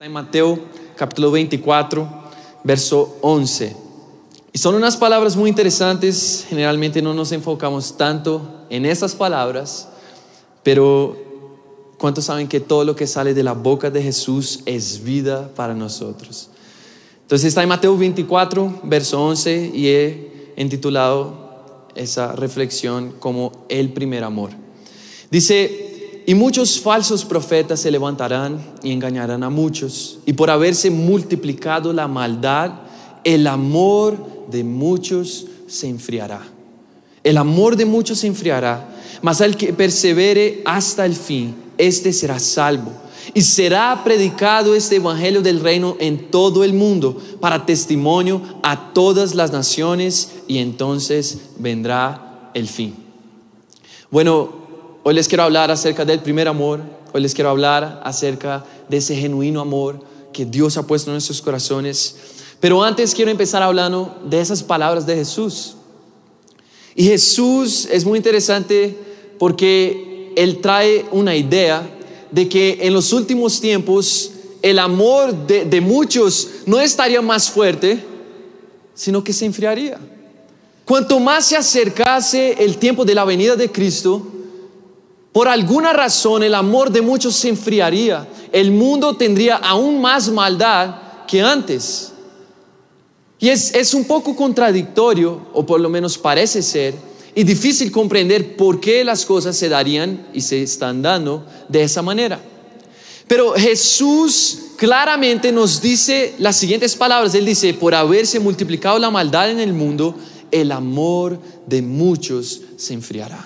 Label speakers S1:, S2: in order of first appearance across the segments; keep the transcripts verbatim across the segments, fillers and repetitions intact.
S1: En Mateo capítulo veinticuatro, verso once. Y son unas palabras muy interesantes. Generalmente no nos enfocamos tanto en esas palabras, pero ¿cuántos saben que todo lo que sale de la boca de Jesús es vida para nosotros? Entonces está en Mateo veinticuatro, verso once, y he intitulado esa reflexión como el primer amor. Dice: y muchos falsos profetas se levantarán y engañarán a muchos, y por haberse multiplicado la maldad, el amor de muchos se enfriará. El amor de muchos se enfriará, mas al que persevere hasta el fin, este será salvo. Y será predicado este evangelio del reino en todo el mundo para testimonio a todas las naciones, y entonces vendrá el fin. Bueno, hoy les quiero hablar acerca del primer amor. Hoy les quiero hablar acerca de ese genuino amor que Dios ha puesto en nuestros corazones. Pero antes quiero empezar hablando de esas palabras de Jesús. Y Jesús es muy interesante porque Él trae una idea de que en los últimos tiempos el amor de, de muchos no estaría más fuerte, sino que se enfriaría. Cuanto más se acercase el tiempo de la venida de Cristo, por alguna razón el amor de muchos se enfriaría. El mundo tendría aún más maldad que antes. Y es, es un poco contradictorio, o por lo menos parece ser, y difícil comprender por qué las cosas se darían y se están dando de esa manera. Pero Jesús claramente nos dice las siguientes palabras. Él dice: por haberse multiplicado la maldad en el mundo, el amor de muchos se enfriará.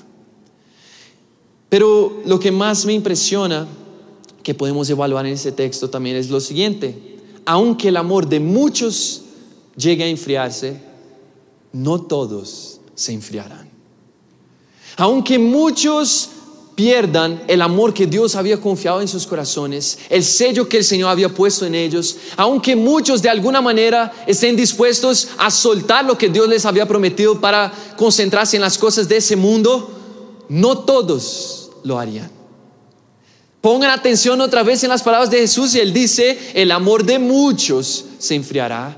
S1: Pero lo que más me impresiona que podemos evaluar en ese texto también es lo siguiente: aunque el amor de muchos llegue a enfriarse, no todos se enfriarán. Aunque muchos pierdan el amor que Dios había confiado en sus corazones, el sello que el Señor había puesto en ellos, aunque muchos de alguna manera estén dispuestos a soltar lo que Dios les había prometido para concentrarse en las cosas de ese mundo, no todos lo harían. Pongan atención otra vez en las palabras de Jesús, y Él dice: el amor de muchos se enfriará.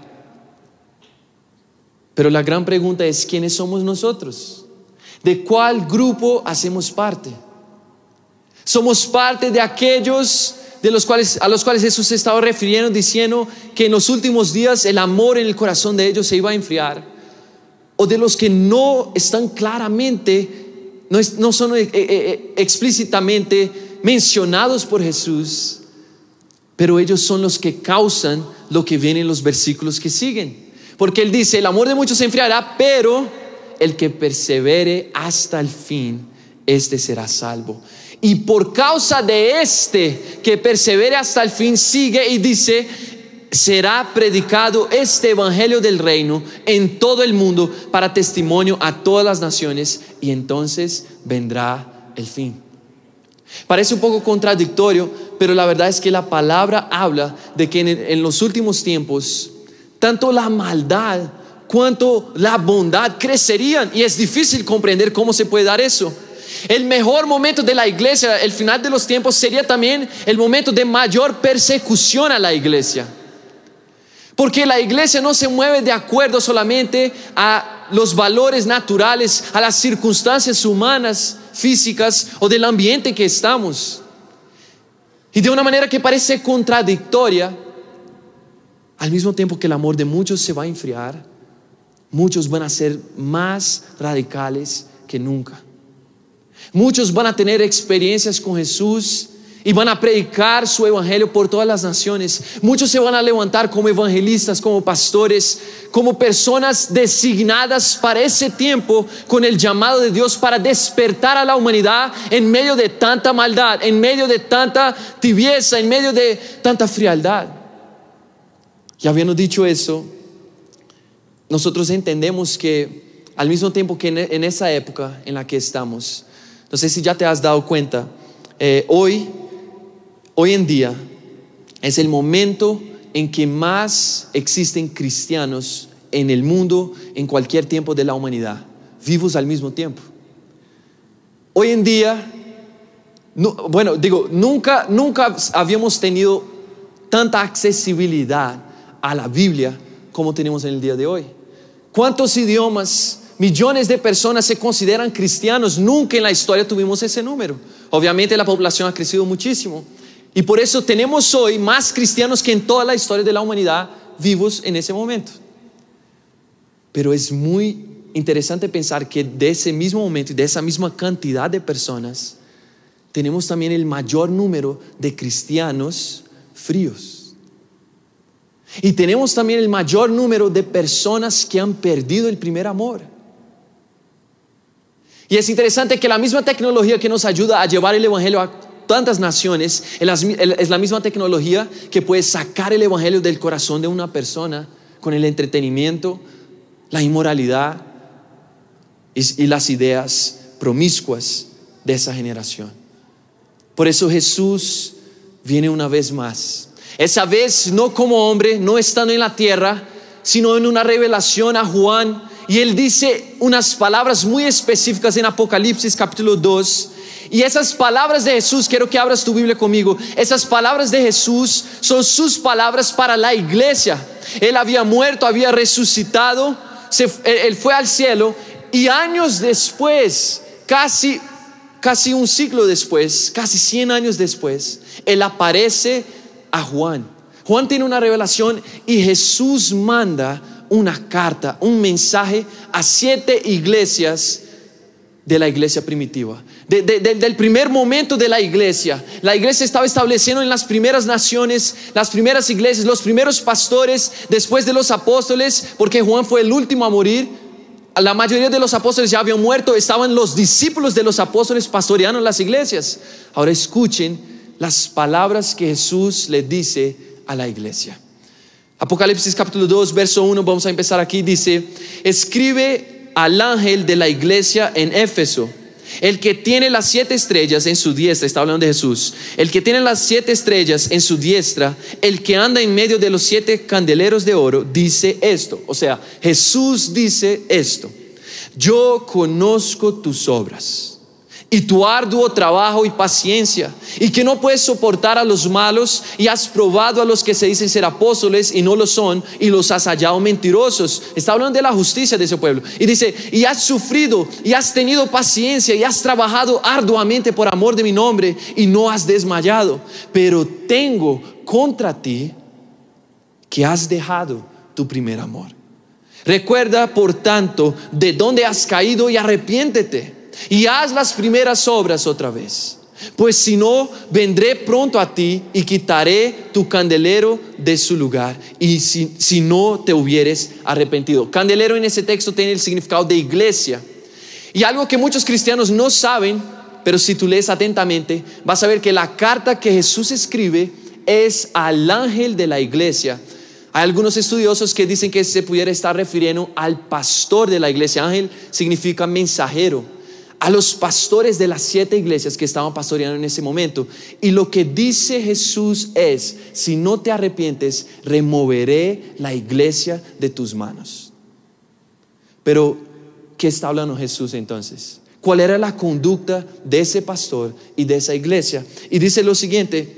S1: Pero la gran pregunta es: ¿quiénes somos nosotros? ¿De cuál grupo hacemos parte? Somos parte de aquellos de los cuales, a los cuales Jesús se estaba refiriendo, diciendo que en los últimos días el amor en el corazón de ellos se iba a enfriar, o de los que no están claramente No, es, no son eh, eh, explícitamente mencionados por Jesús, pero ellos son los que causan lo que viene en los versículos que siguen. Porque Él dice: el amor de muchos se enfriará, pero el que persevere hasta el fin, este será salvo. Y por causa de este que persevere hasta el fin, sigue y dice: será predicado este evangelio del reino en todo el mundo para testimonio a todas las naciones, y entonces vendrá el fin. Parece un poco contradictorio, pero la verdad es que la palabra habla de que en, en los últimos tiempos tanto la maldad cuanto la bondad crecerían, y es difícil comprender cómo se puede dar eso. El mejor momento de la iglesia, el final de los tiempos, sería también el momento de mayor persecución a la iglesia. Porque la iglesia no se mueve de acuerdo solamente a los valores naturales, a las circunstancias humanas, físicas o del ambiente en que estamos. Y de una manera que parece contradictoria, al mismo tiempo que el amor de muchos se va a enfriar, muchos van a ser más radicales que nunca. Muchos van a tener experiencias con Jesús y van a predicar su evangelio por todas las naciones. Muchos se van a levantar como evangelistas, como pastores, como personas designadas para ese tiempo, con el llamado de Dios para despertar a la humanidad en medio de tanta maldad, en medio de tanta tibieza, en medio de tanta frialdad. Y habiendo dicho eso, nosotros entendemos que al mismo tiempo que en esa época en la que estamos, no sé si ya te has dado cuenta, eh, hoy Hoy en día es el momento en que más existen cristianos en el mundo, en cualquier tiempo de la humanidad, vivos al mismo tiempo. Hoy en día, no, bueno, digo, nunca, nunca habíamos tenido tanta accesibilidad a la Biblia como tenemos en el día de hoy. ¿Cuántos idiomas, millones de personas se consideran cristianos? Nunca en la historia tuvimos ese número. Obviamente la población ha crecido muchísimo y por eso tenemos hoy más cristianos que en toda la historia de la humanidad vivos en ese momento. Pero es muy interesante pensar que de ese mismo momento y de esa misma cantidad de personas tenemos también el mayor número de cristianos fríos. Y tenemos también el mayor número de personas que han perdido el primer amor. Y es interesante que la misma tecnología que nos ayuda a llevar el evangelio a tantas naciones es la misma tecnología que puede sacar el evangelio del corazón de una persona con el entretenimiento, la inmoralidad y las ideas promiscuas de esa generación. Por eso Jesús viene una vez más. Esa vez no como hombre, no estando en la tierra, sino en una revelación a Juan. Y él dice unas palabras muy específicas en Apocalipsis capítulo dos. Y esas palabras de Jesús, quiero que abras tu Biblia conmigo. Esas palabras de Jesús son sus palabras para la iglesia. Él había muerto, había resucitado, se, él fue al cielo. Y años después, casi, casi un siglo después, casi cien años después, él aparece a Juan. Juan tiene una revelación y Jesús manda una carta, un mensaje a siete iglesias de la iglesia primitiva. De, de, de, del primer momento de la iglesia, la iglesia estaba estableciendo en las primeras naciones, las primeras iglesias, los primeros pastores después de los apóstoles, porque Juan fue el último a morir. La mayoría de los apóstoles ya habían muerto, estaban los discípulos de los apóstoles pastoreando las iglesias. Ahora escuchen las palabras que Jesús le dice a la iglesia. Apocalipsis capítulo dos, verso uno, vamos a empezar aquí, dice: escribe al ángel de la iglesia en Éfeso, el que tiene las siete estrellas en su diestra. Está hablando de Jesús. El que tiene las siete estrellas en su diestra, el que anda en medio de los siete candeleros de oro, dice esto. O sea, Jesús dice esto: yo conozco tus obras y tu arduo trabajo y paciencia, y que no puedes soportar a los malos, y has probado a los que se dicen ser apóstoles y no lo son, y los has hallado mentirosos. Está hablando de la justicia de ese pueblo. Y dice: y has sufrido y has tenido paciencia y has trabajado arduamente por amor de mi nombre y no has desmayado. Pero tengo contra ti que has dejado tu primer amor. Recuerda por tanto de dónde has caído y arrepiéntete y haz las primeras obras otra vez, pues si no, vendré pronto a ti y quitaré tu candelero de su lugar, y si, si no te hubieres arrepentido. Candelero en ese texto tiene el significado de iglesia, y algo que muchos cristianos no saben, pero si tú lees atentamente vas a ver que la carta que Jesús escribe es al ángel de la iglesia. Hay algunos estudiosos que dicen que se pudiera estar refiriendo al pastor de la iglesia. Ángel significa mensajero. A los pastores de las siete iglesias que estaban pastoreando en ese momento. Y lo que dice Jesús es: si no te arrepientes, removeré la iglesia de tus manos. Pero ¿qué está hablando Jesús entonces? ¿Cuál era la conducta de ese pastor y de esa iglesia? Y dice lo siguiente.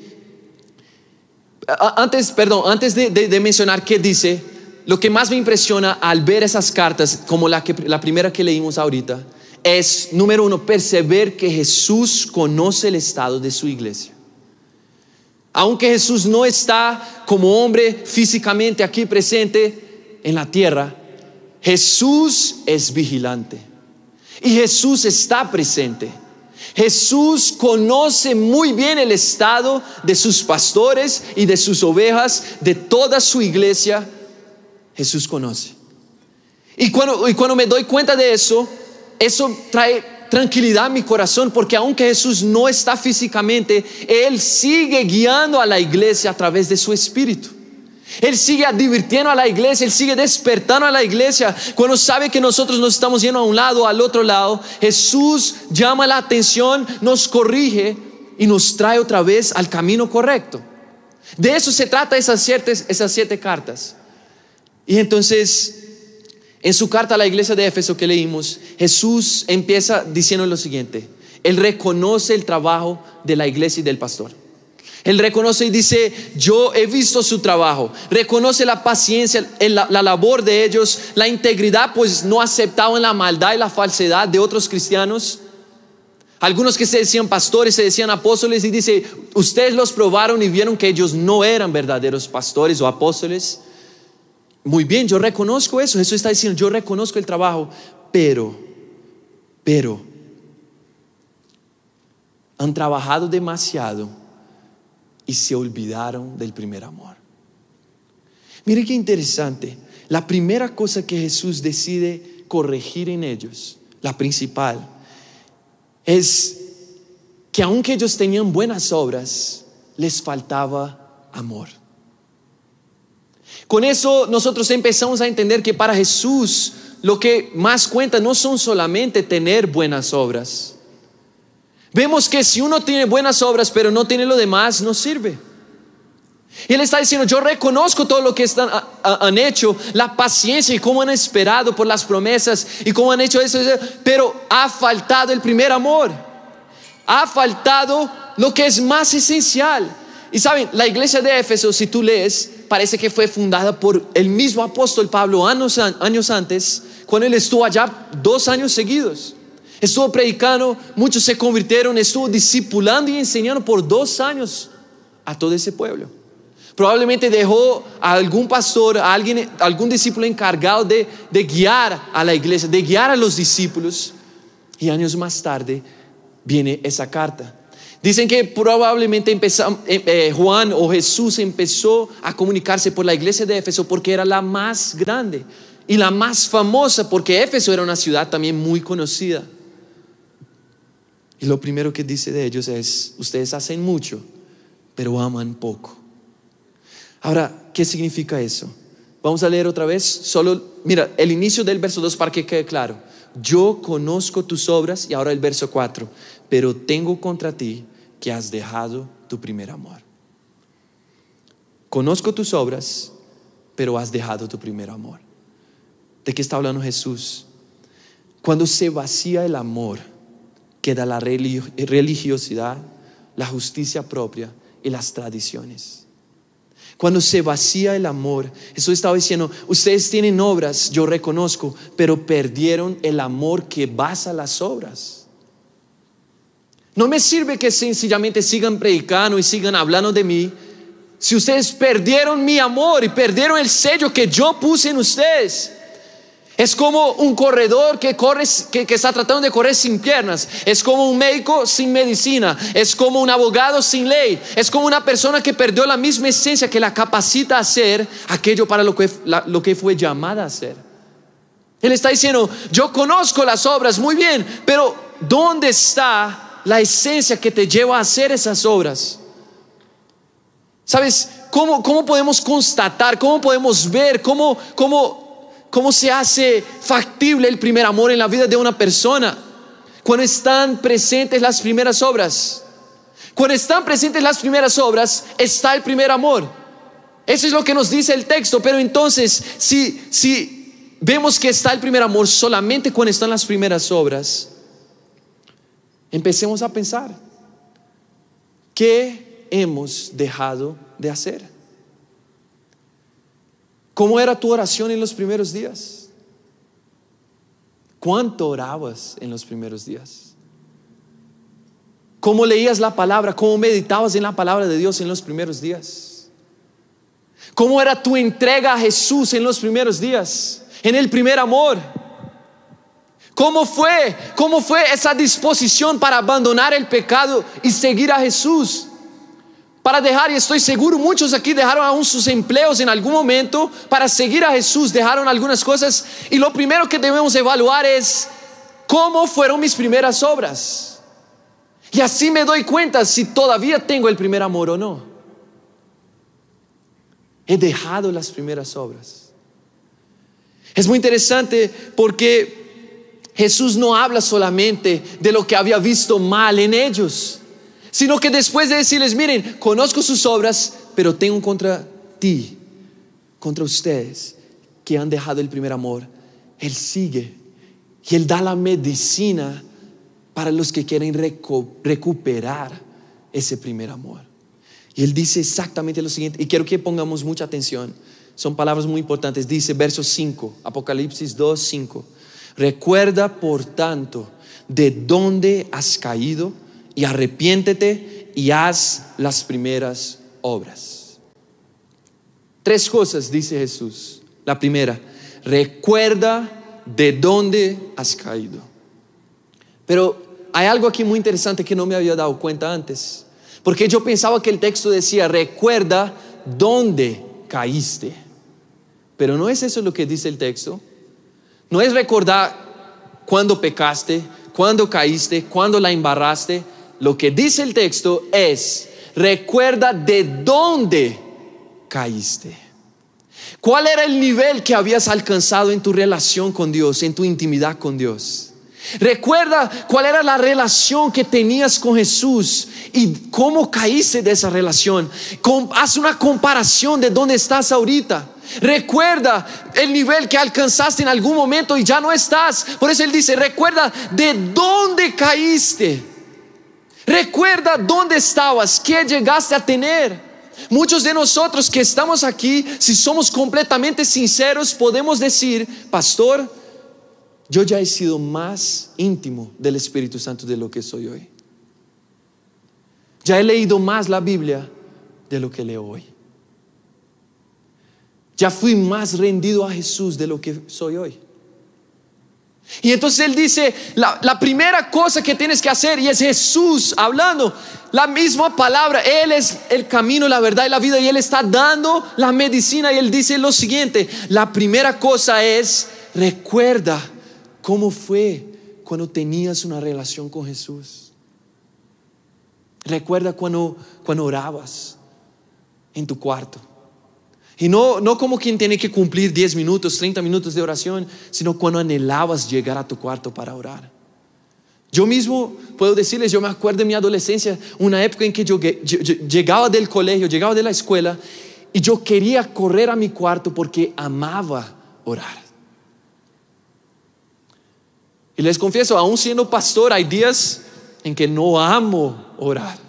S1: Antes, perdón, antes de, de, de mencionar qué dice, lo que más me impresiona al ver esas cartas, como la, que, la primera que leímos ahorita, es, número uno, perceber que Jesús conoce el estado de su iglesia. Aunque Jesús no está como hombre físicamente aquí presente en la tierra, Jesús es vigilante y Jesús está presente. Jesús conoce muy bien el estado de sus pastores y de sus ovejas, de toda su iglesia. Jesús conoce. Y cuando, y cuando me doy cuenta de eso, eso trae tranquilidad a mi corazón, porque aunque Jesús no está físicamente, Él sigue guiando a la iglesia a través de su espíritu. Él sigue divirtiendo a la iglesia, Él sigue despertando a la iglesia. Cuando sabe que nosotros nos estamos yendo a un lado o al otro lado, Jesús llama la atención, nos corrige y nos trae otra vez al camino correcto. De eso se trata esas siete, esas siete cartas. Y entonces, en su carta a la iglesia de Éfeso que leímos, Jesús empieza diciendo lo siguiente: Él reconoce el trabajo de la iglesia y del pastor. Él reconoce y dice, yo he visto su trabajo. Reconoce la paciencia, la, la labor de ellos, la integridad, pues no aceptaban la maldad y la falsedad de otros cristianos. Algunos que se decían pastores, se decían apóstoles, y dice, ustedes los probaron y vieron que ellos no eran verdaderos pastores o apóstoles. Muy bien, yo reconozco eso. Jesús está diciendo, yo reconozco el trabajo, pero, pero, han trabajado demasiado y se olvidaron del primer amor. Mire qué interesante. La primera cosa que Jesús decide corregir en ellos, la principal, es que aunque ellos tenían buenas obras, les faltaba amor. Con eso nosotros empezamos a entender que para Jesús lo que más cuenta no son solamente tener buenas obras. Vemos que si uno tiene buenas obras pero no tiene lo demás, no sirve. Y Él está diciendo, yo reconozco todo lo que están, a, a, han hecho, la paciencia y cómo han esperado por las promesas y cómo han hecho eso, pero ha faltado el primer amor. Ha faltado lo que es más esencial. Y saben, la iglesia de Éfeso, si tú lees, parece que fue fundada por el mismo apóstol Pablo años, años antes, cuando él estuvo allá dos años seguidos. Estuvo predicando, muchos se convirtieron, estuvo discipulando y enseñando por dos años a todo ese pueblo. Probablemente dejó a algún pastor, a alguien, a algún discípulo encargado de, de guiar a la iglesia, de guiar a los discípulos. Y años más tarde viene esa carta. Dicen que probablemente empezó, eh, Juan o Jesús empezó a comunicarse por la iglesia de Éfeso porque era la más grande y la más famosa, porque Éfeso era una ciudad también muy conocida. Y lo primero que dice de ellos es, ustedes hacen mucho, pero aman poco. Ahora, ¿qué significa eso? Vamos a leer otra vez. Solo, mira, el inicio del verso dos para que quede claro. Yo conozco tus obras, y ahora el verso cuatro. Pero tengo contra ti que has dejado tu primer amor. Conozco tus obras, pero has dejado tu primer amor. ¿De qué está hablando Jesús? Cuando se vacía el amor, queda la religiosidad, la justicia propia y las tradiciones. Cuando se vacía el amor, Jesús estaba diciendo, ustedes tienen obras, yo reconozco, pero perdieron el amor que basa las obras. No me sirve que sencillamente sigan predicando y sigan hablando de mí, si ustedes perdieron mi amor y perdieron el sello que yo puse en ustedes. Es como un corredor que corre, que, que está tratando de correr sin piernas. Es como un médico sin medicina. Es como un abogado sin ley. Es como una persona que perdió la misma esencia que la capacita a hacer aquello para lo que, la, lo que fue llamada a hacer. Él está diciendo, yo conozco las obras muy bien, pero ¿dónde está la esencia que te lleva a hacer esas obras? ¿Sabes? ¿Cómo, cómo podemos constatar? ¿Cómo podemos ver? ¿Cómo, cómo ¿Cómo se hace factible el primer amor en la vida de una persona? Cuando están presentes las primeras obras. Cuando están presentes las primeras obras, está el primer amor. Eso es lo que nos dice el texto. Pero entonces, si, si vemos que está el primer amor solamente cuando están las primeras obras, empecemos a pensar, ¿qué hemos dejado de hacer? ¿Cómo era tu oración en los primeros días? ¿Cuánto orabas en los primeros días? ¿Cómo leías la palabra? ¿Cómo meditabas en la palabra de Dios en los primeros días? ¿Cómo era tu entrega a Jesús en los primeros días? En el primer amor. ¿Cómo fue? ¿Cómo fue esa disposición para abandonar el pecado y seguir a Jesús? Para dejar, y estoy seguro muchos aquí dejaron aún sus empleos en algún momento para seguir a Jesús, dejaron algunas cosas, y lo primero que debemos evaluar es cómo fueron mis primeras obras, y así me doy cuenta si todavía tengo el primer amor o no. He dejado las primeras obras. Es muy interesante porque Jesús no habla solamente de lo que había visto mal en ellos, sino que después de decirles, miren, conozco sus obras, pero tengo contra ti, contra ustedes, que han dejado el primer amor. Él sigue y Él da la medicina para los que quieren recu- recuperar ese primer amor. Y él dice exactamente lo siguiente, y quiero que pongamos mucha atención. Son palabras muy importantes. Dice verso cinco, Apocalipsis dos, cinco. Recuerda por tanto de dónde has caído y arrepiéntete y haz las primeras obras. Tres cosas dice Jesús. La primera, recuerda de dónde has caído. Pero hay algo aquí muy interesante que no me había dado cuenta antes, porque yo pensaba que el texto decía recuerda dónde caíste, pero no es eso lo que dice el texto. No es recordar cuándo pecaste, cuándo caíste, cuándo la embarraste. Lo que dice el texto es recuerda de dónde caíste. ¿Cuál era el nivel que habías alcanzado en tu relación con Dios, en tu intimidad con Dios? Recuerda cuál era la relación que tenías con Jesús y cómo caíste de esa relación. Haz una comparación de dónde estás ahorita. Recuerda el nivel que alcanzaste en algún momento y ya no estás. Por eso él dice, recuerda de dónde caíste. Recuerda dónde estabas, qué llegaste a tener. Muchos de nosotros que estamos aquí, si somos completamente sinceros, podemos decir, pastor, yo ya he sido más íntimo del Espíritu Santo de lo que soy hoy. Ya he leído más la Biblia de lo que leo hoy. Ya fui más rendido a Jesús de lo que soy hoy. Y entonces él dice, la, la primera cosa que tienes que hacer, y es Jesús hablando, la misma palabra, Él es el camino, la verdad y la vida, y Él está dando la medicina, y Él dice lo siguiente, la primera cosa es, recuerda cómo fue cuando tenías una relación con Jesús. Recuerda cuando, cuando orabas en tu cuarto. Y no, no como quien tiene que cumplir diez minutos, treinta minutos de oración, sino cuando anhelabas llegar a tu cuarto para orar. Yo mismo puedo decirles, yo me acuerdo de mi adolescencia, una época en que yo, yo, yo llegaba del colegio, llegaba de la escuela, y yo quería correr a mi cuarto porque amaba orar. Y les confieso, aún siendo pastor, hay días en que no amo orar.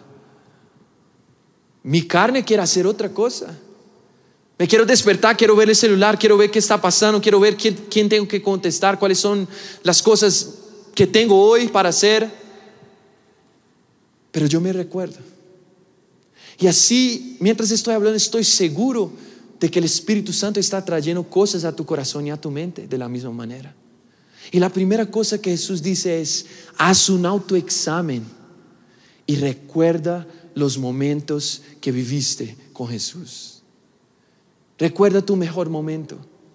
S1: Mi carne quiere hacer otra cosa. Me quiero despertar, quiero ver el celular, quiero ver qué está pasando, quiero ver quién, quién tengo que contestar, cuáles son las cosas que tengo hoy para hacer. Pero yo me recuerdo. Y así, mientras estoy hablando, estoy seguro de que el Espíritu Santo está trayendo cosas a tu corazón y a tu mente de la misma manera. Y la primera cosa que Jesús dice es, haz un autoexamen y recuerda los momentos que viviste con Jesús. Recuerda tu mejor momento.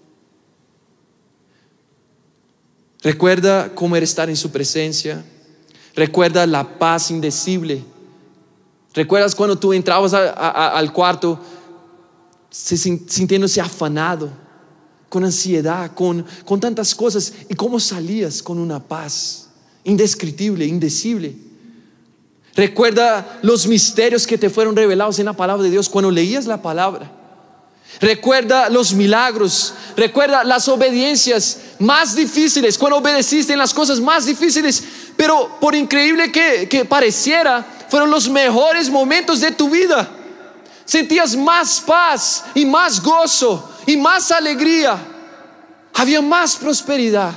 S1: Recuerda cómo era estar en su presencia. Recuerda la paz indecible. ¿Recuerdas cuando tú entrabas a, a, al cuarto sintiéndose afanado, con ansiedad, con, con tantas cosas, y cómo salías con una paz indescriptible, indecible? Recuerda los misterios que te fueron revelados en la palabra de Dios cuando leías la palabra. Recuerda los milagros, recuerda las obediencias más difíciles, cuando obedeciste en las cosas más difíciles, pero por increíble que, que pareciera, fueron los mejores momentos de tu vida. Sentías más paz y más gozo y más alegría. Había más prosperidad.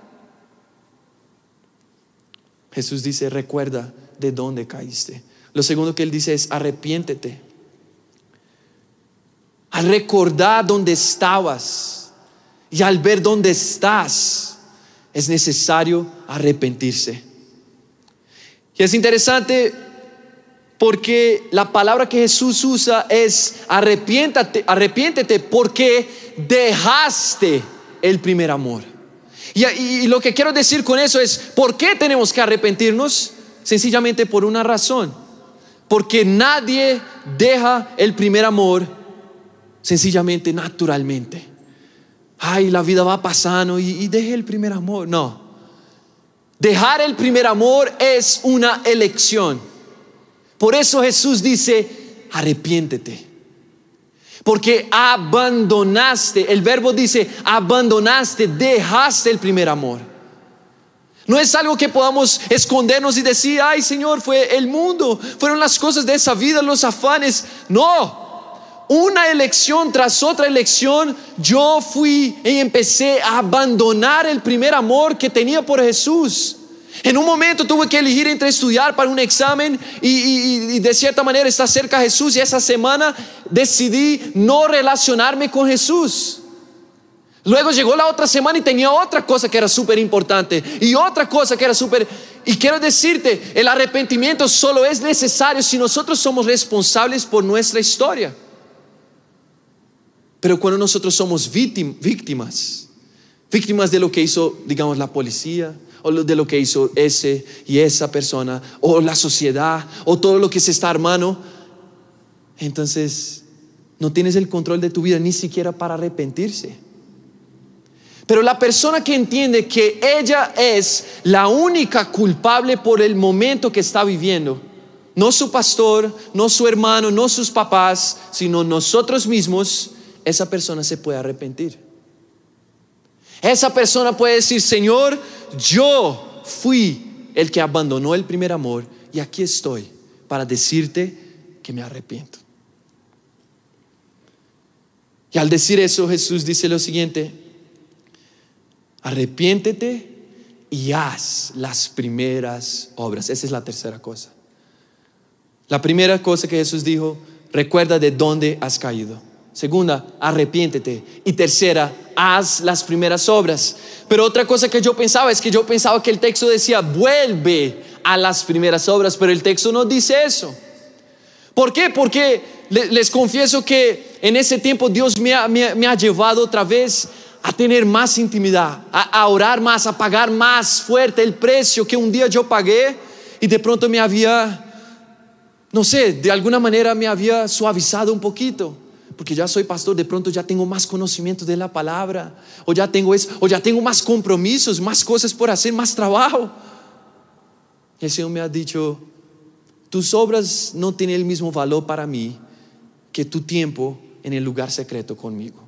S1: Jesús dice, recuerda de dónde caíste. Lo segundo que él dice es, arrepiéntete. Al recordar dónde estabas y al ver dónde estás, es necesario arrepentirse. Y es interesante porque la palabra que Jesús usa es arrepiéntate, arrepiéntete porque dejaste el primer amor. Y, y, y lo que quiero decir con eso es, ¿por qué tenemos que arrepentirnos? Sencillamente por una razón, porque nadie deja el primer amor sencillamente, naturalmente. Ay, la vida va pasando y, y dejé el primer amor. No, dejar el primer amor es una elección. Por eso Jesús dice, arrepiéntete, porque abandonaste, el verbo dice abandonaste, dejaste el primer amor. No es algo que podamos escondernos y decir, ay Señor, fue el mundo, fueron las cosas de esa vida, los afanes. No, una elección tras otra elección, yo fui y empecé a abandonar el primer amor que tenía por Jesús. En un momento tuve que elegir entre estudiar para un examen y, y, y de cierta manera estar cerca a Jesús, y esa semana decidí no relacionarme con Jesús. Luego llegó la otra semana y tenía otra cosa que era súper importante y otra cosa que era súper... Y quiero decirte, el arrepentimiento solo es necesario si nosotros somos responsables por nuestra historia. Pero cuando nosotros somos víctim, víctimas, víctimas de lo que hizo, digamos, la policía, o de lo que hizo ese y esa persona, o la sociedad, o todo lo que se está armando, entonces no tienes el control de tu vida ni siquiera para arrepentirse. Pero la persona que entiende que ella es la única culpable por el momento que está viviendo, no su pastor, no su hermano, no sus papás, sino nosotros mismos, esa persona se puede arrepentir. Esa persona puede decir, Señor, yo fui el que abandonó el primer amor y aquí estoy para decirte que me arrepiento. Y al decir eso, Jesús dice lo siguiente: arrepiéntete y haz las primeras obras. Esa es la tercera cosa. La primera cosa que Jesús dijo: recuerda de dónde has caído. Segunda, arrepiéntete. Y tercera, haz las primeras obras. Pero otra cosa que yo pensaba es que yo pensaba que el texto decía vuelve a las primeras obras, pero el texto no dice eso. ¿Por qué? Porque les confieso que en ese tiempo Dios me ha, me, me ha llevado otra vez a tener más intimidad, a, a orar más, a pagar más fuerte el precio que un día yo pagué y de pronto me había, no sé, de alguna manera me había suavizado un poquito, porque ya soy pastor, de pronto ya tengo más conocimiento de la palabra, o ya tengo eso, o ya tengo más compromisos, más cosas por hacer, más trabajo. Y el Señor me ha dicho: tus obras no tienen el mismo valor para mí que tu tiempo en el lugar secreto conmigo.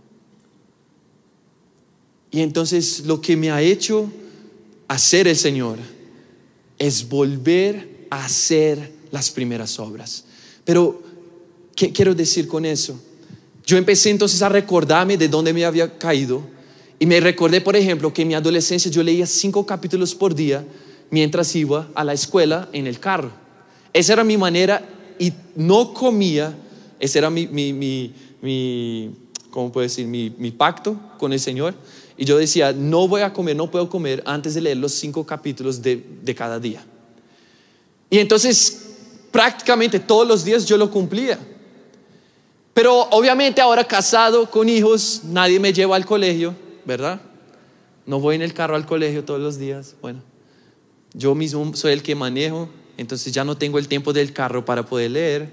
S1: Y entonces lo que me ha hecho hacer el Señor es volver a hacer las primeras obras. Pero ¿qué quiero decir con eso? Yo empecé entonces a recordarme de dónde me había caído, y me recordé, por ejemplo, que en mi adolescencia yo leía cinco capítulos por día mientras iba a la escuela en el carro. Esa era mi manera, y no comía. Ese era mi, mi, mi, mi ¿cómo puedo decir? Mi, mi pacto con el Señor. Y yo decía, no voy a comer, no puedo comer antes de leer los cinco capítulos de, de cada día. Y entonces prácticamente todos los días yo lo cumplía. Pero obviamente ahora casado con hijos, nadie me lleva al colegio, ¿verdad? No voy en el carro al colegio todos los días. Bueno, yo mismo soy el que manejo, entonces ya no tengo el tiempo del carro para poder leer.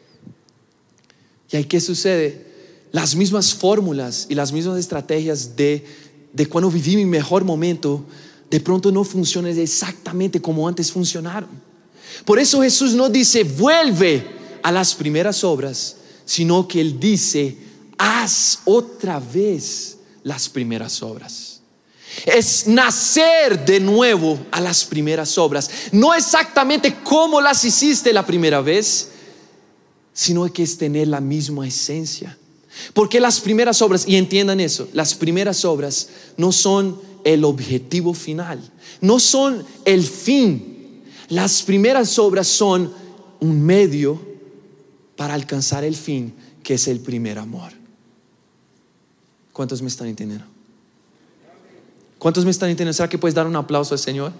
S1: ¿Y ahí qué sucede? Las mismas fórmulas y las mismas estrategias de, de cuando viví mi mejor momento, de pronto no funcionan exactamente como antes funcionaron. Por eso Jesús no dice vuelve a las primeras obras, sino que Él dice haz otra vez las primeras obras. Es nacer de nuevo a las primeras obras, no exactamente como las hiciste la primera vez, sino que es tener la misma esencia. Porque las primeras obras, y entiendan eso, las primeras obras no son el objetivo final, no son el fin. Las primeras obras son un medio para alcanzar el fin, que es el primer amor. ¿Cuántos me están entendiendo? ¿Cuántos me están entendiendo? ¿Será que puedes dar un aplauso al Señor?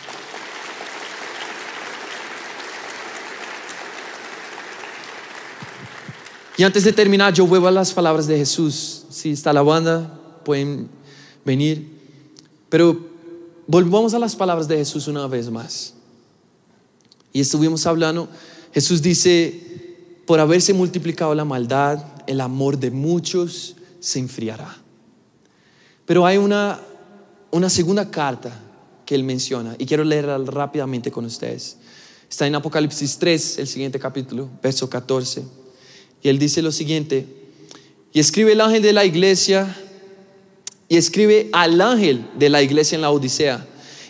S1: Y antes de terminar, yo vuelvo a las palabras de Jesús. Si está la banda, pueden venir. Pero volvamos a las palabras de Jesús una vez más. Y estuvimos hablando, Jesús dice: por haberse multiplicado la maldad, el amor de muchos se enfriará. Pero hay una, una segunda carta que Él menciona, y quiero leerla rápidamente con ustedes. Está en Apocalipsis tres, el siguiente capítulo, verso catorce. Y Él dice lo siguiente: y escribe el ángel de la iglesia, y escribe al ángel de la iglesia en la Odisea,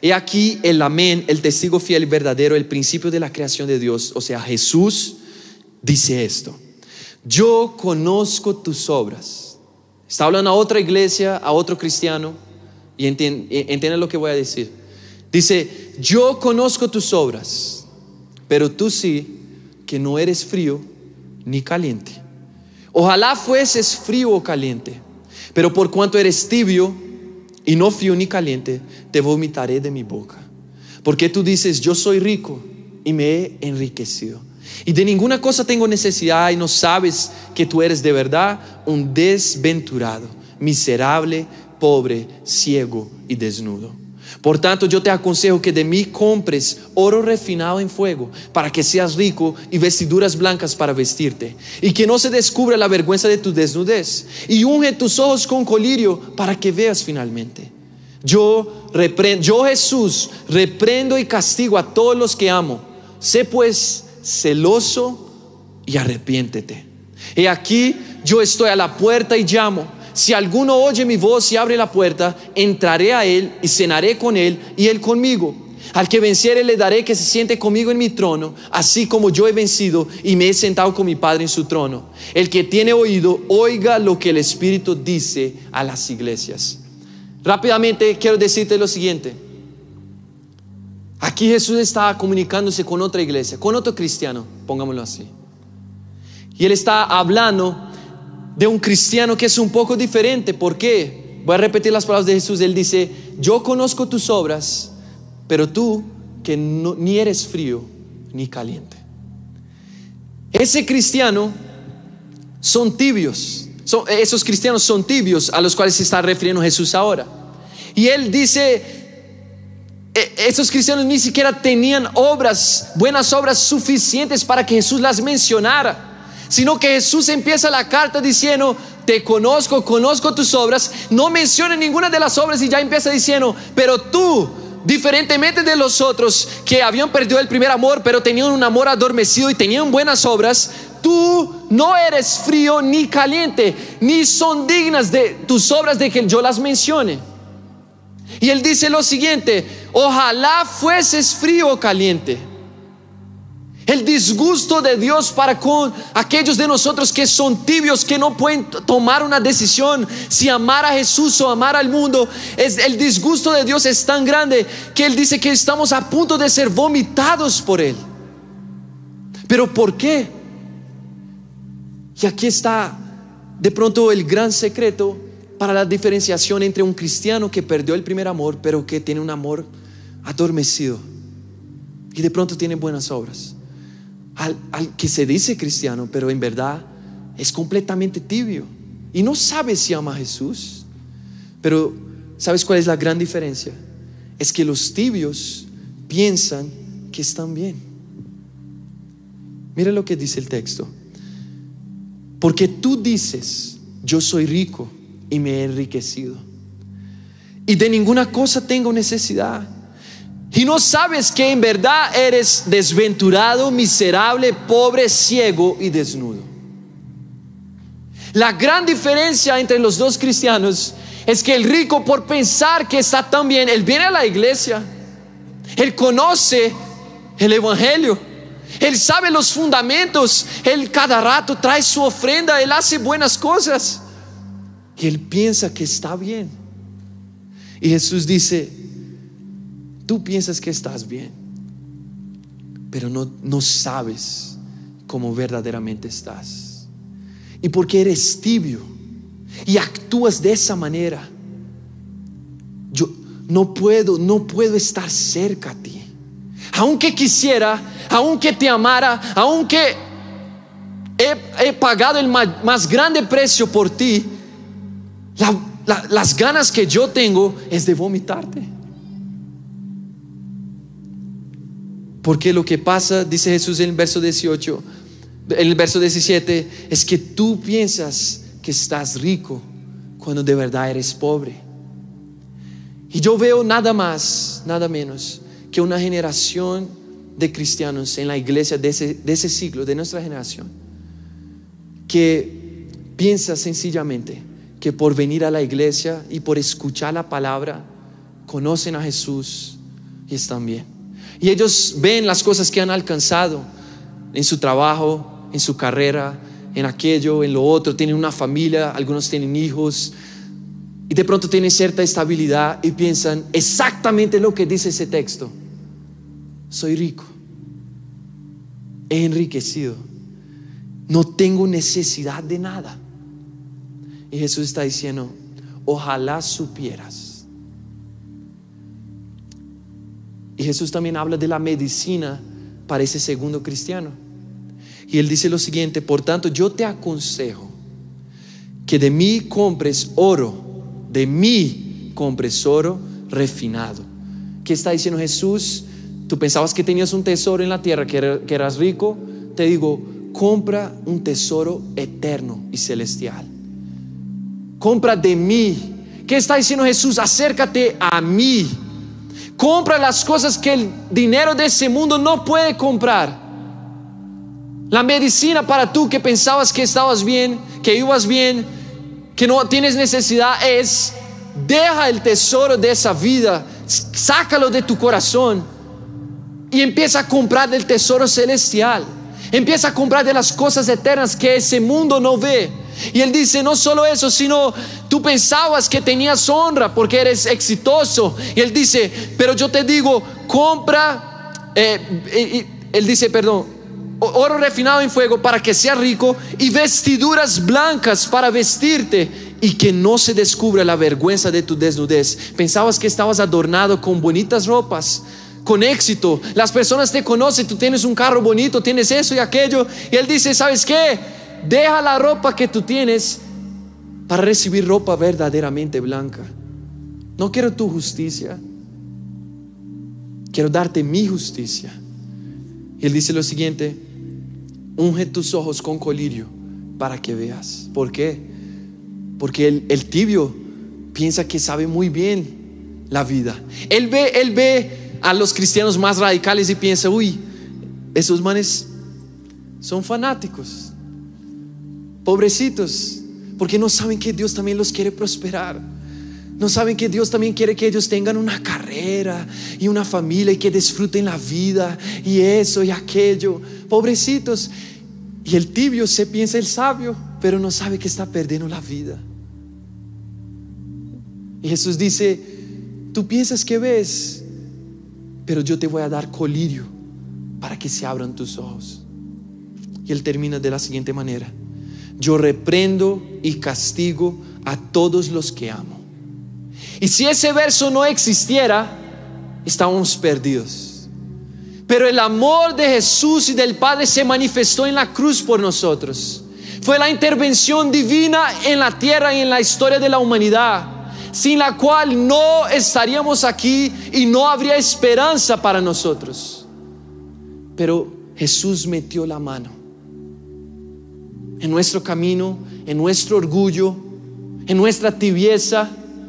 S1: He aquí el amén, el testigo fiel y verdadero, el principio de la creación de Dios, o sea, Jesús dice esto: yo conozco tus obras. Está hablando a otra iglesia, a otro cristiano, y entienden lo que voy a decir. Dice: yo conozco tus obras, pero tú sí que no eres frío ni caliente. Ojalá fueses frío o caliente, pero por cuanto eres tibio y no frío ni caliente, te vomitaré de mi boca. Porque tú dices: yo soy rico y me he enriquecido, y de ninguna cosa tengo necesidad, y no sabes que tú eres de verdad un desventurado, miserable, pobre, ciego y desnudo. Por tanto, yo te aconsejo que de mí compres oro refinado en fuego, para que seas rico, y vestiduras blancas para vestirte, y que no se descubra la vergüenza de tu desnudez, y unge tus ojos con colirio para que veas finalmente. Yo reprendo, yo Jesús reprendo y castigo a todos los que amo. Sé pues celoso y arrepiéntete. He aquí, yo estoy a la puerta y llamo. Si alguno oye mi voz y abre la puerta, entraré a él y cenaré con él y él conmigo. Al que venciere le daré que se siente conmigo en mi trono, así como yo he vencido y me he sentado con mi Padre en su trono. El que tiene oído, oiga lo que el Espíritu dice a las iglesias. Rápidamente quiero decirte lo siguiente. Aquí Jesús estaba comunicándose con otra iglesia, con otro cristiano, pongámoslo así. Y él está hablando de un cristiano que es un poco diferente. ¿Por qué? Voy a repetir las palabras de Jesús. Él dice: yo conozco tus obras, pero tú que no, ni eres frío ni caliente. Ese cristiano son tibios. Son, esos cristianos son tibios a los cuales se está refiriendo Jesús ahora. Y él dice: esos cristianos ni siquiera tenían obras, buenas obras suficientes para que Jesús las mencionara, sino que Jesús empieza la carta diciendo: te conozco, conozco tus obras. No menciona ninguna de las obras y ya empieza diciendo: pero tú, diferentemente de los otros que habían perdido el primer amor, pero tenían un amor adormecido y tenían buenas obras, tú no eres frío ni caliente, ni son dignas de tus obras de que yo las mencione. Y él dice lo siguiente: ojalá fueses frío o caliente. El disgusto de Dios para con aquellos de nosotros que son tibios, que no pueden tomar una decisión si amar a Jesús o amar al mundo, es, el disgusto de Dios es tan grande que Él dice que estamos a punto de ser vomitados por Él. ¿Pero por qué? Y aquí está de pronto el gran secreto para la diferenciación entre un cristiano que perdió el primer amor, pero que tiene un amor adormecido y de pronto tiene buenas obras. Al, al que se dice cristiano, pero en verdad es completamente tibio y no sabe si ama a Jesús. Pero ¿sabes cuál es la gran diferencia? Es que los tibios piensan que están bien. Mira lo que dice el texto: porque tú dices: yo soy rico y me he enriquecido, y de ninguna cosa tengo necesidad, y no sabes que en verdad eres desventurado, miserable, pobre, ciego y desnudo. La gran diferencia entre los dos cristianos es que el rico, por pensar que está tan bien, él viene a la iglesia, él conoce el evangelio, él sabe los fundamentos, él cada rato trae su ofrenda, él hace buenas cosas y él piensa que está bien. Y Jesús dice: tú piensas que estás bien, pero no, no sabes cómo verdaderamente estás. Y porque eres tibio y actúas de esa manera, yo no puedo, no puedo estar cerca a ti. Aunque quisiera, aunque te amara, aunque he, he pagado el más, más grande precio por ti, la, la, las ganas que yo tengo es de vomitarte. Porque lo que pasa, dice Jesús en el verso dieciocho, en el verso diecisiete, es que tú piensas que estás rico cuando de verdad eres pobre. Y yo veo nada más, nada menos que una generación de cristianos en la iglesia de ese, de ese siglo, de nuestra generación, que piensa sencillamente que por venir a la iglesia y por escuchar la palabra conocen a Jesús, y están bien. Y ellos ven las cosas que han alcanzado en su trabajo, en su carrera, en aquello, en lo otro. Tienen una familia, algunos tienen hijos, y de pronto tienen cierta estabilidad y piensan exactamente lo que dice ese texto: soy rico, he enriquecido, no tengo necesidad de nada. Y Jesús está diciendo: ojalá supieras. Y Jesús también habla de la medicina para ese segundo cristiano. Y Él dice lo siguiente: por tanto, yo te aconsejo que de mí compres oro, de mí compres oro refinado. ¿Qué está diciendo Jesús? Tú pensabas que tenías un tesoro en la tierra, que, er, que eras rico. Te digo, compra un tesoro eterno y celestial. Compra de mí. ¿Qué está diciendo Jesús? Acércate a mí. Compra las cosas que el dinero de ese mundo no puede comprar. La medicina para tú que pensabas que estabas bien, que ibas bien, que no tienes necesidad, es: deja el tesoro de esa vida, sácalo de tu corazón y empieza a comprar del tesoro celestial. Empieza a comprar de las cosas eternas que ese mundo no ve. Y Él dice: no solo eso, sino tú pensabas que tenías honra porque eres exitoso. Y Él dice: pero yo te digo, compra, eh, y, Él dice, perdón, oro refinado en fuego para que seas rico, y vestiduras blancas para vestirte, y que no se descubra la vergüenza de tu desnudez. Pensabas que estabas adornado con bonitas ropas, con éxito, las personas te conocen, tú tienes un carro bonito, tienes eso y aquello. Y Él dice: ¿sabes qué? Deja la ropa que tú tienes para recibir ropa verdaderamente blanca. No quiero tu justicia, quiero darte mi justicia. Y Él dice lo siguiente: unge tus ojos con colirio para que veas. ¿Por qué? Porque el, el tibio piensa que sabe muy bien la vida. Él ve, él ve a los cristianos más radicales y piensa: uy, esos manes son fanáticos, pobrecitos, porque no saben que Dios también los quiere prosperar. No saben que Dios también quiere que ellos tengan una carrera y una familia y que disfruten la vida y eso y aquello. Pobrecitos. Y el tibio se piensa el sabio, pero no sabe que está perdiendo la vida. Y Jesús dice: tú piensas que ves, pero yo te voy a dar colirio para que se abran tus ojos. Y Él termina de la siguiente manera: yo reprendo y castigo a todos los que amo. Y si ese verso no existiera, estábamos perdidos. Pero el amor de Jesús y del Padre se manifestó en la cruz por nosotros. Fue la intervención divina en la tierra y en la historia de la humanidad, sin la cual no estaríamos aquí y no habría esperanza para nosotros. Pero Jesús metió la mano en nuestro camino, en nuestro orgullo, en nuestra tibieza,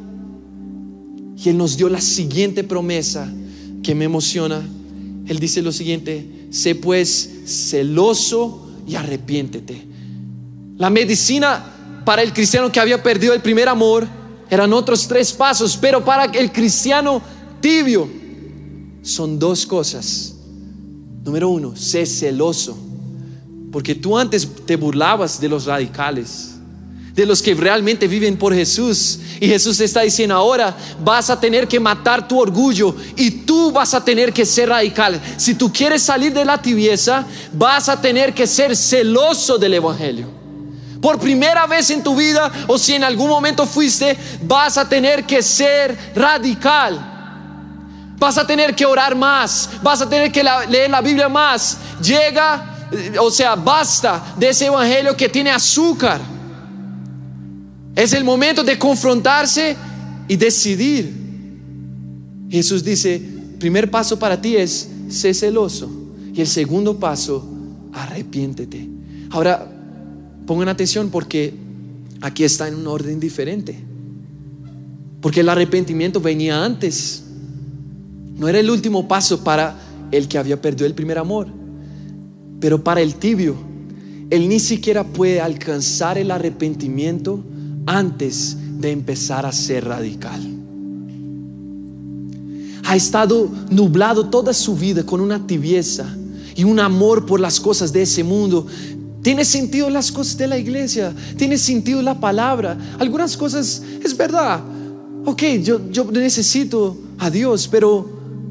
S1: y Él nos dio la siguiente promesa que me emociona. Él dice lo siguiente: sé pues celoso y arrepiéntete. La medicina para el cristiano que había perdido el primer amor eran otros tres pasos, pero para el cristiano tibio son dos cosas. Número uno, sé celoso, porque tú antes te burlabas de los radicales, de los que realmente viven por Jesús. Y Jesús te está diciendo: ahora vas a tener que matar tu orgullo y tú vas a tener que ser radical. Si tú quieres salir de la tibieza, vas a tener que ser celoso del evangelio. Por primera vez en tu vida, o si en algún momento fuiste, vas a tener que ser radical. Vas a tener que orar más, vas a tener que la, leer la Biblia más. Llega, o sea, basta de ese evangelio que tiene azúcar. Es el momento de confrontarse y decidir. Jesús dice: primer paso para ti es sé celoso, y el segundo paso, arrepiéntete. Ahora pongan atención, porque aquí está en un orden diferente, porque el arrepentimiento venía antes. No era el último paso para el que había perdido el primer amor, pero para el tibio, él ni siquiera puede alcanzar el arrepentimiento antes de empezar a ser radical. ha estado nublado toda su vida con una tibieza y un amor por las cosas de ese mundo, ¿tiene sentido las cosas de la iglesia? ¿Tiene sentido la palabra? Algunas cosas es verdad. Ok, yo, yo necesito a Dios, pero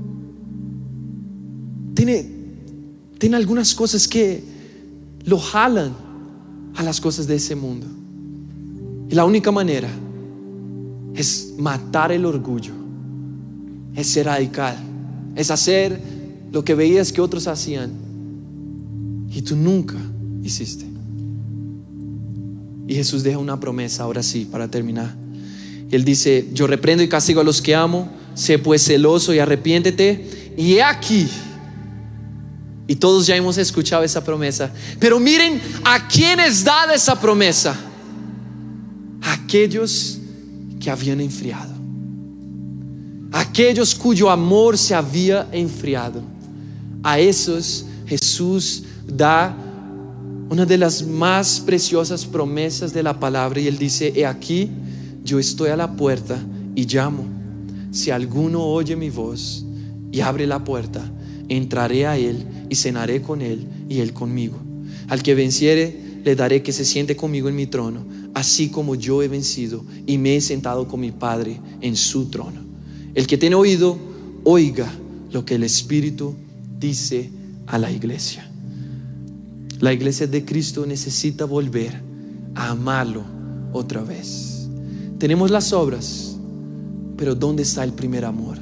S1: tiene, tiene algunas cosas que lo jalan a las cosas de ese mundo. Y la única manera es matar el orgullo, es ser radical, es hacer lo que veías que otros hacían y tú nunca hiciste. Y Jesús deja una promesa, ahora sí, para terminar. Él dice: yo reprendo y castigo a los que amo, sé pues celoso y arrepiéntete. Y he aquí, y todos ya hemos escuchado esa promesa, pero miren a quién es dada esa promesa: a aquellos que habían enfriado, aquellos cuyo amor se había enfriado. A esos Jesús da una de las más preciosas promesas de la palabra, y Él dice: he aquí, yo estoy a la puerta y llamo. Si alguno oye mi voz y abre la puerta, entraré a él y cenaré con él y él conmigo. Al que venciere, le daré que se siente conmigo en mi trono, así como yo he vencido y me he sentado con mi Padre en su trono. El que tiene oído, oiga lo que el Espíritu dice a la iglesia. La iglesia de Cristo necesita volver a amarlo otra vez. Tenemos las obras, pero ¿dónde está el primer amor?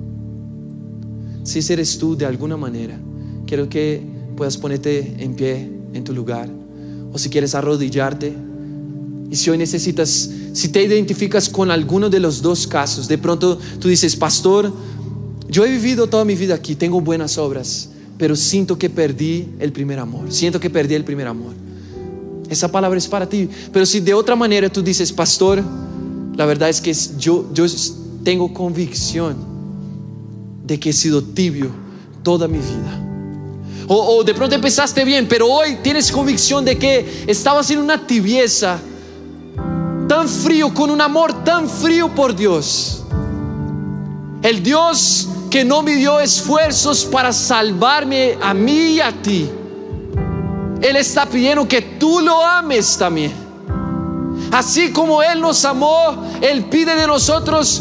S1: Si ese eres tú de alguna manera, quiero que puedas ponerte en pie en tu lugar, o si quieres arrodillarte. Y si hoy necesitas, si te identificas con alguno de los dos casos, de pronto tú dices: pastor, yo he vivido toda mi vida aquí, tengo buenas obras, pero siento que perdí el primer amor, siento que perdí el primer amor. Esa palabra es para ti. Pero si de otra manera tú dices: pastor, la verdad es que yo, yo tengo convicción de que he sido tibio toda mi vida. O, o de pronto empezaste bien, pero hoy tienes convicción de que estabas en una tibieza, tan frío, con un amor tan frío por Dios. El Dios que no midió esfuerzos para salvarme a mí y a ti. Él está pidiendo que tú lo ames también. Así como Él nos amó, Él pide de nosotros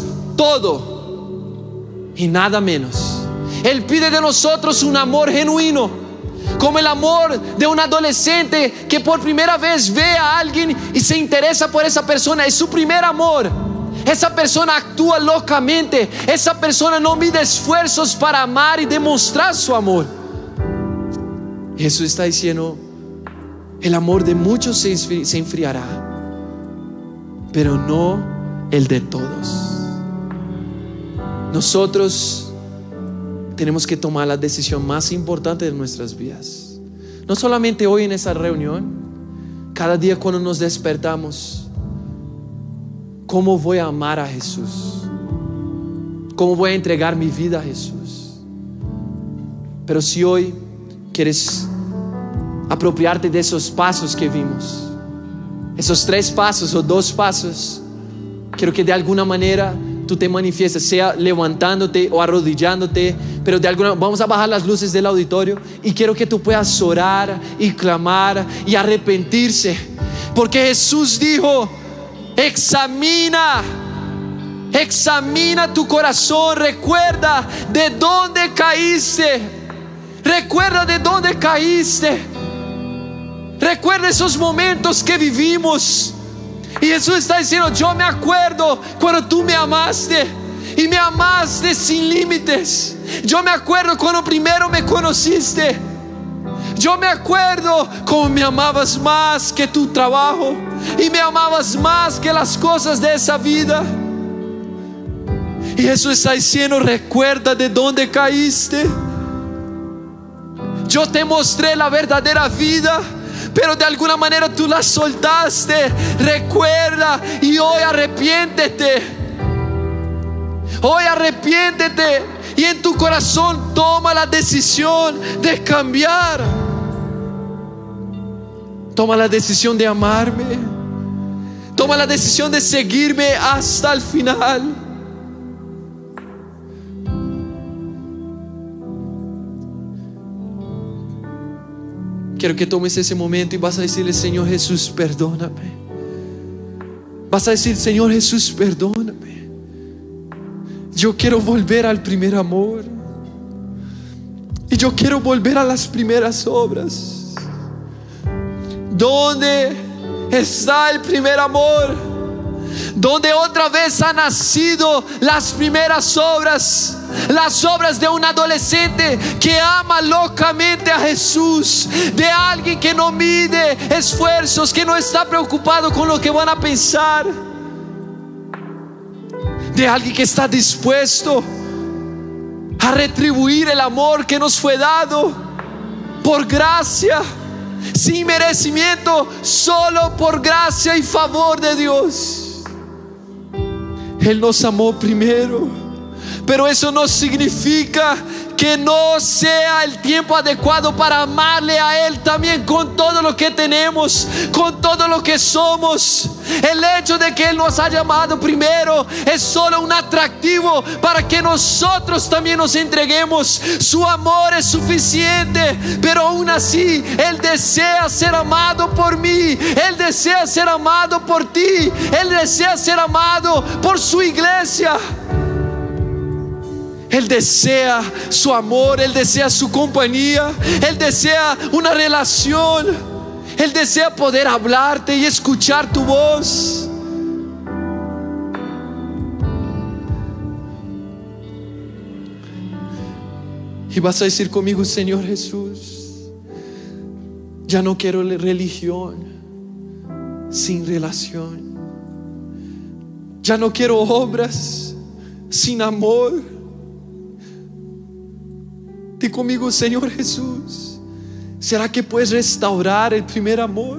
S1: todo y nada menos. Él pide de nosotros un amor genuino, como el amor de un adolescente que por primera vez ve a alguien y se interesa por esa persona. Es su primer amor. Esa persona actúa locamente. Esa persona no mide esfuerzos para amar y demostrar su amor. Jesús está diciendo: el amor de muchos se enfriará, pero no el de todos. Nosotros tenemos que tomar la decisión más importante de nuestras vidas. No solamente hoy en esa reunión, cada día cuando nos despertamos. ¿Cómo voy a amar a Jesús? ¿Cómo voy a entregar mi vida a Jesús? Pero si hoy quieres apropiarte de esos pasos que vimos, esos tres pasos o dos pasos, quiero que de alguna manera tú te manifiestes, sea levantándote o arrodillándote, pero de alguna, vamos a bajar las luces del auditorio y quiero que tú puedas orar y clamar y arrepentirse, porque Jesús dijo: examina, examina tu corazón, recuerda de dónde caíste, recuerda de dónde caíste. Recuerda esos momentos que vivimos. Y Jesús está diciendo: yo me acuerdo cuando tú me amaste, y me amaste sin límites. Yo me acuerdo cuando primero me conociste. Yo me acuerdo cómo me amabas más que tu trabajo, y me amabas más que las cosas de esa vida. Y Jesús está diciendo: recuerda de dónde caíste. Yo te mostré la verdadera vida, pero de alguna manera tú la soltaste. Recuerda y hoy arrepiéntete. Hoy arrepiéntete y en tu corazón toma la decisión de cambiar. Toma la decisión de amarme. Toma la decisión de seguirme hasta el final. quiero que tomes ese momento y vas a decirle: Señor Jesús, perdóname. Vas a decir: Señor Jesús, perdóname. Yo quiero volver al primer amor. Y yo quiero volver a las primeras obras. ¿Dónde está el primer amor? Donde otra vez han nacido las primeras obras, las obras de un adolescente que ama locamente a Jesús, de alguien que no mide esfuerzos, que no está preocupado con lo que van a pensar, de alguien que está dispuesto a retribuir el amor que nos fue dado por gracia, sin merecimiento, solo por gracia y favor de Dios. Él nos amó primero, pero eso no significa que no sea el tiempo adecuado para amarle a Él también con todo lo que tenemos, con todo lo que somos. El hecho de que Él nos haya amado primero es solo un atractivo para que nosotros también nos entreguemos. Su amor es suficiente, pero aún así Él desea ser amado por mí. Él desea ser amado por ti. Él desea ser amado por su iglesia. Él desea su amor, Él desea su compañía, Él desea una relación, Él desea poder hablarte y escuchar tu voz. Y vas a decir conmigo: Señor Jesús, ya no quiero religión sin relación. Ya no quiero obras sin amor. Di conmigo: Señor Jesús, ¿será que puedes restaurar el primer amor?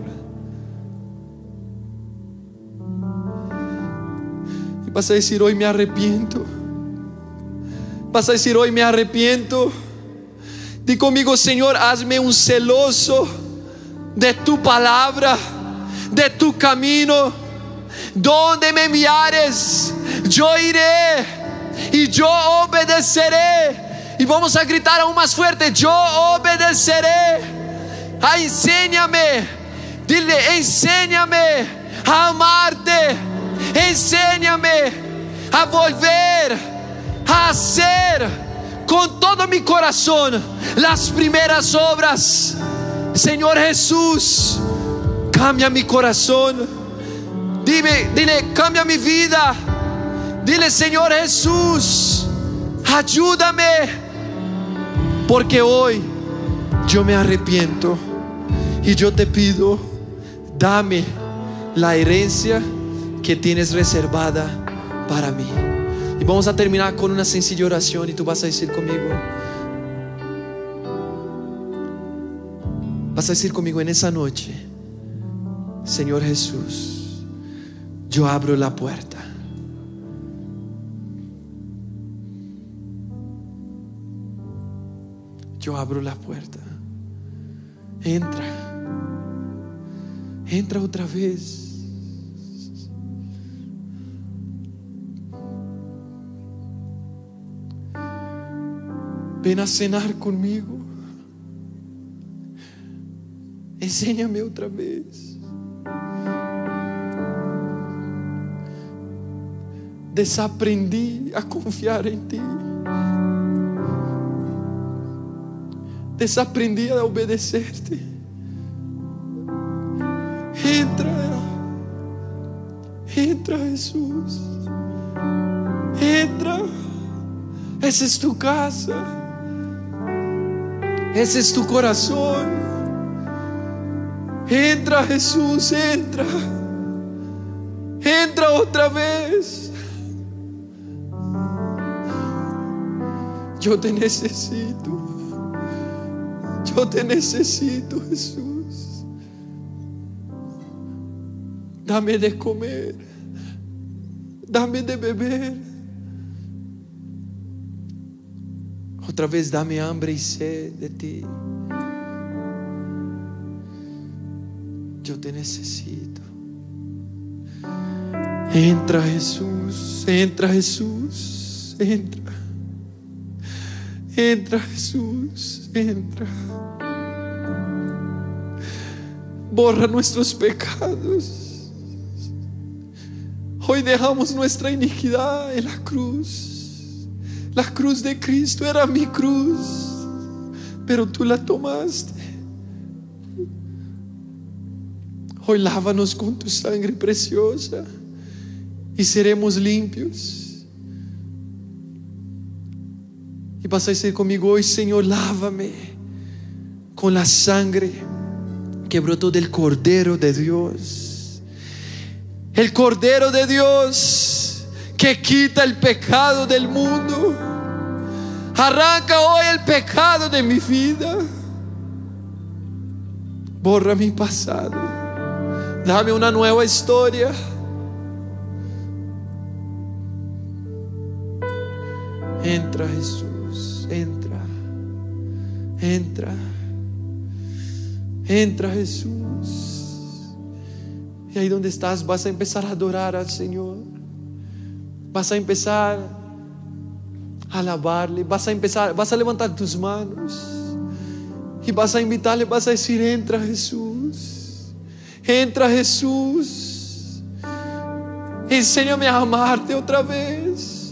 S1: Y vas a decir: hoy me arrepiento. Vas a decir: hoy me arrepiento. Di conmigo: Señor, hazme un celoso de tu palabra, de tu camino. Donde me enviares, yo iré y yo obedeceré. Y vamos a gritar aún más fuerte: yo obedeceré. Ah, enséñame. Dile: enséñame a amarte. Enséñame a volver a hacer con todo mi corazón las primeras obras. Señor Jesús, cambia mi corazón. Dime, dile: cambia mi vida. Dile: Señor Jesús, ayúdame. Porque hoy yo me arrepiento y yo te pido: dame la herencia que tienes reservada para mí. Y vamos a terminar con una sencilla oración y tú vas a decir conmigo, vas a decir conmigo en esa noche: Señor Jesús, yo abro la puerta. Yo abro la puerta. Entra. Entra otra vez. Ven a cenar conmigo. Enséñame otra vez. Desaprendí a confiar en ti. Desaprendí a obedecerte. Entra, entra Jesús. Entra. Esa es tu casa. Ese es tu corazón. Entra Jesús, entra. Entra otra vez. Yo te necesito. Yo te necesito, Jesús. Dame de comer. Dame de beber. Otra vez dame hambre y sed de ti. Yo te necesito. Entra Jesús, entra Jesús, entra. Entra Jesús, entra. borra nuestros pecados. Hoy dejamos nuestra iniquidad en la cruz. La cruz de Cristo era mi cruz, pero tú la tomaste. Hoy lávanos con tu sangre preciosa y seremos limpios. Y vas a decir conmigo hoy: Señor, lávame con la sangre que brotó del Cordero de Dios. El Cordero de Dios que quita el pecado del mundo. Arranca hoy el pecado de mi vida. Borra mi pasado. Dame una nueva historia. Entra, Jesús, entra. Entra. Entra, Jesús. Y ahí donde estás vas a empezar a adorar al Señor. Vas a empezar a alabarle. Vas a empezar, vas a levantar tus manos y vas a invitarle, vas a decir: entra, Jesús. Entra, Jesús. Enséñame a amarte otra vez.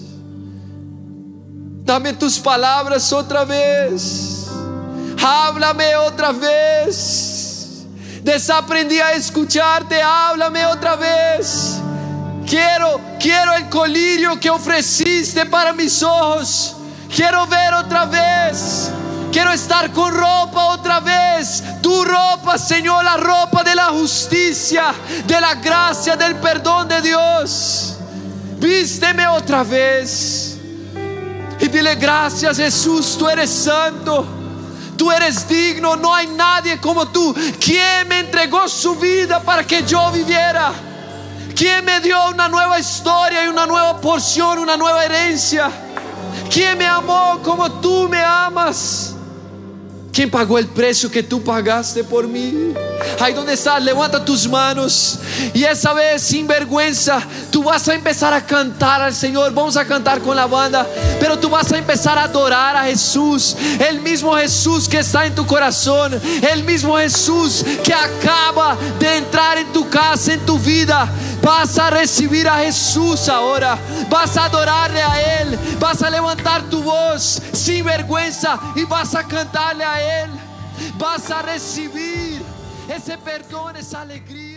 S1: Dame tus palabras otra vez. Háblame otra vez. Desaprendí a escucharte, háblame otra vez. Quiero, quiero el colirio que ofreciste para mis ojos. Quiero ver otra vez. Quiero estar con ropa otra vez. Tu ropa, Señor, la ropa de la justicia, de la gracia, del perdón de Dios. Vísteme otra vez. Y dile: gracias, Jesús, tú eres santo. Tú eres digno, no hay nadie como tú. ¿Quién me entregó su vida para que yo viviera? ¿Quién me dio una nueva historia y una nueva porción, una nueva herencia? ¿Quién me amó como tú me amas? ¿Quién pagó el precio que tú pagaste por mí? Ahí donde estás, levanta tus manos. Y esa vez, sin vergüenza, tú vas a empezar a cantar al Señor. Vamos a cantar con la banda, pero tú vas a empezar a adorar a Jesús. El mismo Jesús que está en tu corazón. El mismo Jesús que acaba de entrar en tu casa, en tu vida. Vas a recibir a Jesús ahora. Vas a adorarle a Él. Vas a levantar tu voz sin vergüenza y vas a cantarle a Él. Vas a recibir ese perdón, esa alegría.